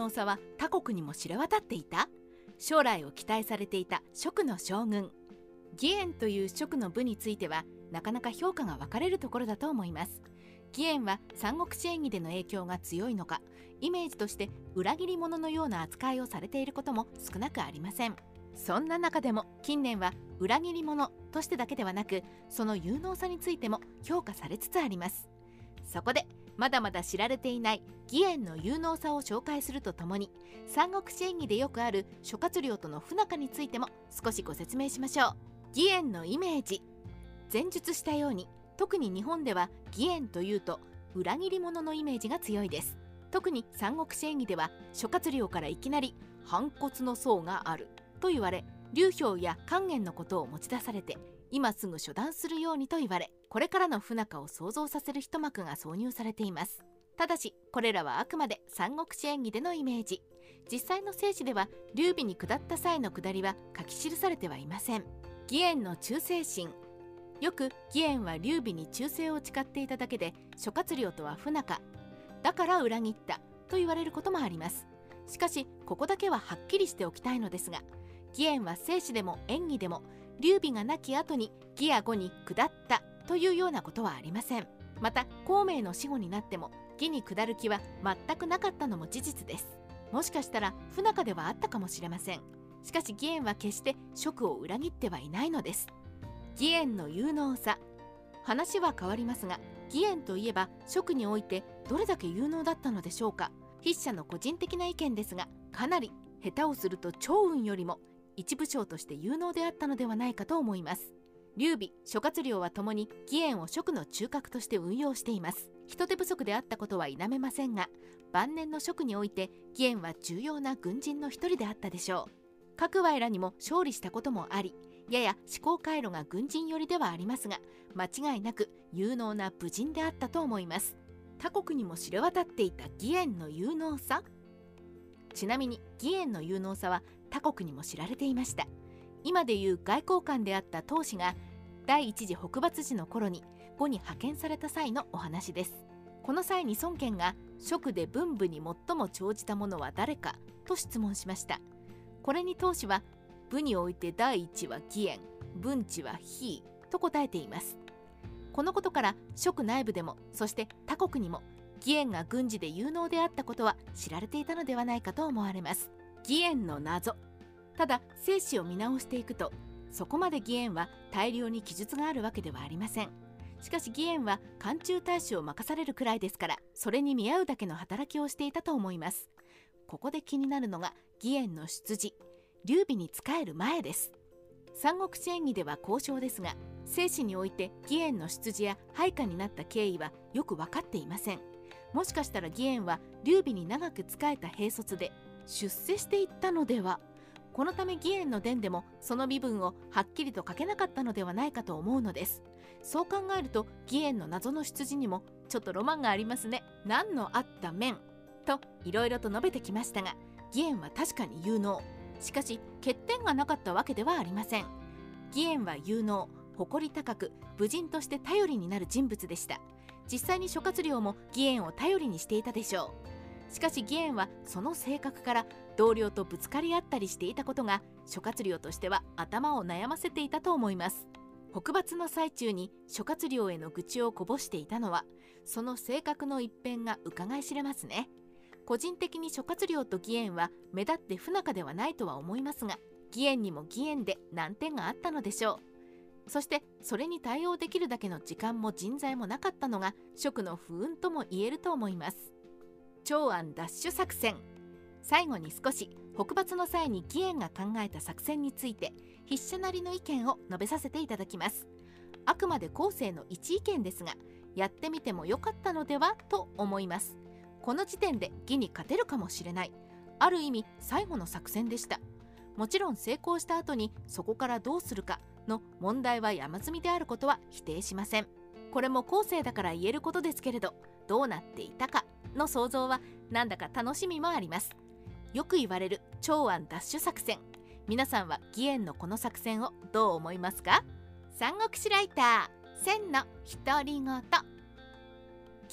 能さは他国にも知れ渡っていた。将来を期待されていた蜀の将軍義円という蜀の部についてはなかなか評価が分かれるところだと思います。義円は三国志演義での影響が強いのか、イメージとして裏切り者のような扱いをされていることも少なくありません。そんな中でも近年は裏切り者としてだけではなく、その有能さについても評価されつつあります。そこでまだまだ知られていない義円の有能さを紹介するとともに、三国志演義でよくある諸葛亮との不仲についても少しご説明しましょう。義円のイメージ。前述したように、特に日本では義円というと裏切り者のイメージが強いです。特に三国志演義では諸葛亮からいきなり反骨の相があると言われ、劉氷や勸玄のことを持ち出されて、今すぐ処断するようにと言われ、これからの不仲を想像させる一幕が挿入されています。ただしこれらはあくまで三国志演義でのイメージ。実際の正史では劉備に下った際の下りは書き記されてはいません。義円の忠誠心。よく義円は劉備に忠誠を誓っていただけで諸葛亮とは不仲だから裏切ったと言われることもあります。しかしここだけははっきりしておきたいのですが、義円は正史でも演義でも劉備が亡き後に義や呉に下ったというようなことはありません。また孔明の死後になっても義に下る気は全くなかったのも事実です。もしかしたら不仲ではあったかもしれません。しかし義円は決して蜀を裏切ってはいないのです。義円の有能さ。話は変わりますが、義円といえば蜀においてどれだけ有能だったのでしょうか。筆者の個人的な意見ですが、かなり下手をすると趙雲よりも一武将として有能であったのではないかと思います。劉備、諸葛亮はともに義円を蜀の中核として運用しています。人手不足であったことは否めませんが、晩年の蜀において義円は重要な軍人の一人であったでしょう。各倭らにも勝利したこともあり、やや思考回路が軍人寄りではありますが、間違いなく有能な武人であったと思います。他国にも知れ渡っていた義円の有能さ。ちなみに義円の有能さは他国にも知られていました。今でいう外交官であった唐氏が第一次北伐時の頃に呉に派遣された際のお話です。この際に孫権が蜀で文武に最も長じた者は誰かと質問しました。これに唐氏は、武において第一は義円、文治は非と答えています。このことから蜀内部でも、そして他国にも義円が軍事で有能であったことは知られていたのではないかと思われます。義円の謎。ただ正史を見直していくと、そこまで義円は大量に記述があるわけではありません。しかし義円は漢中大使を任されるくらいですから、それに見合うだけの働きをしていたと思います。ここで気になるのが義円の出自、劉備に仕える前です。三国志演義では交渉ですが、正史において義円の出自や配下になった経緯はよく分かっていません。もしかしたら義円は劉備に長く仕えた兵卒で出世していったのでは。このため義円の伝でもその身分をはっきりと書けなかったのではないかと思うのです。そう考えると義円の謎の出自にもちょっとロマンがありますね。難のあった面といろいろと述べてきましたが、義円は確かに有能。しかし欠点がなかったわけではありません。義円は有能、誇り高く、武人として頼りになる人物でした。実際に諸葛亮も義円を頼りにしていたでしょう。しかし義円はその性格から同僚とぶつかり合ったりしていたことが諸葛亮としては頭を悩ませていたと思います。北伐の最中に諸葛亮への愚痴をこぼしていたのは、その性格の一変が伺い知れますね。個人的に諸葛亮と義円は目立って不仲ではないとは思いますが、義円にも義円で難点があったのでしょう。そしてそれに対応できるだけの時間も人材もなかったのが蜀の不運とも言えると思います。長安奪取作戦。最後に少し北伐の際に義円が考えた作戦について筆者なりの意見を述べさせていただきます。あくまで後世の一意見ですが、やってみてもよかったのではと思います。この時点で義に勝てるかもしれない、ある意味最後の作戦でした。もちろん成功した後にそこからどうするかの問題は山積みであることは否定しません。これも後世だから言えることですけれど、どうなっていたかの想像はなんだか楽しみもあります。よく言われる長安奪取作戦、皆さんは義円のこの作戦をどう思いますか？三国志ライター千の独り言。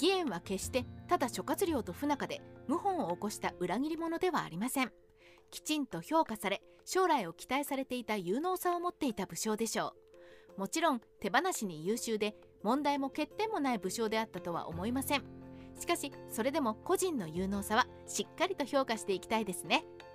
義円は決してただ諸葛亮と不仲で謀反を起こした裏切り者ではありません。きちんと評価され、将来を期待されていた有能さを持っていた武将でしょう。もちろん手放しに優秀で問題も欠点もない武将であったとは思いません。しかしそれでも個人の有能さはしっかりと評価していきたいですね。